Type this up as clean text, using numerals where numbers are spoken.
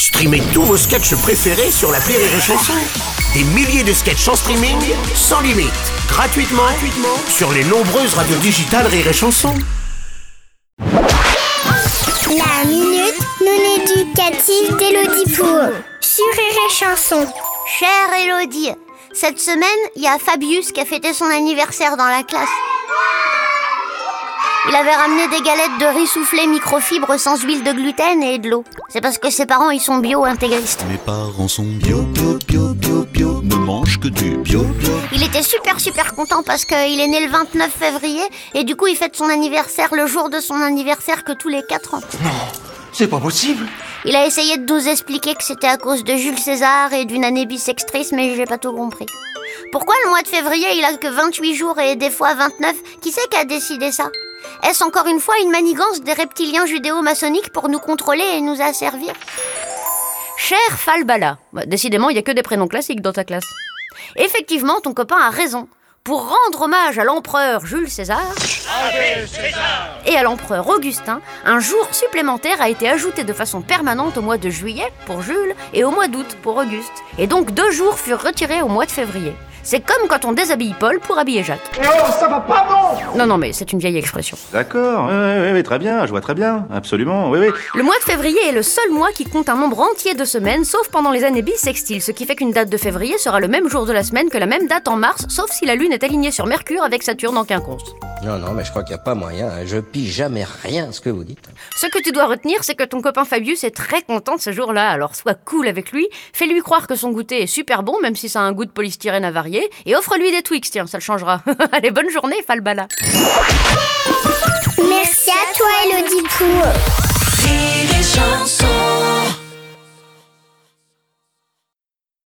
Streamez tous vos sketchs préférés sur l'appli Rire et Chanson. Des milliers de sketchs en streaming, sans limite, gratuitement sur les nombreuses radios digitales Rire et Chanson. La minute non éducative d'Élodie Pour sur Rire et Chanson. Chère Élodie, cette semaine, il y a Fabius qui a fêté son anniversaire dans la classe. Il avait ramené des galettes de riz soufflé microfibres sans huile de gluten et de l'eau. C'est parce que ses parents, ils sont bio-intégristes. Mes parents sont bio, ne mangent que du bio. Il était super content parce qu'il est né le 29 février et du coup, il fête son anniversaire le jour de son anniversaire que tous les 4 ans. Non, c'est pas possible. Il a essayé de nous expliquer que c'était à cause de Jules César et d'une année bissextrice, mais j'ai pas tout compris. Pourquoi le mois de février, il a que 28 jours et des fois 29 ? Qui c'est qui a décidé ça ? Est-ce encore une fois une manigance des reptiliens judéo-maçonniques pour nous contrôler et nous asservir ? Cher Falbala, décidément, il n'y a que des prénoms classiques dans ta classe. Effectivement, ton copain a raison. Pour rendre hommage à l'empereur Jules César et à l'empereur Augustin, un jour supplémentaire a été ajouté de façon permanente au mois de juillet pour Jules et au mois d'août pour Auguste. Et donc 2 jours furent retirés au mois de février. C'est comme quand on déshabille Paul pour habiller Jacques. Oh, ça va pas, non. Non, mais c'est une vieille expression. D'accord, oui, très bien, je vois très bien, absolument, oui. Le mois de février est le seul mois qui compte un nombre entier de semaines, sauf pendant les années bissextiles, ce qui fait qu'une date de février sera le même jour de la semaine que la même date en mars, sauf si la Lune est alignée sur Mercure avec Saturne en quinconce. Non, mais je crois qu'il n'y a pas moyen, je pige jamais rien à ce que vous dites. Ce que tu dois retenir, c'est que ton copain Fabius est très content de ce jour-là, alors sois cool avec lui, fais-lui croire que son goûter est super bon, même si ça a un goût de polystyrène avarié, et offre-lui des Twix, tiens, ça le changera. Allez, bonne journée, Falbala. Merci à toi, Élodie Pour. Rire et Chanson.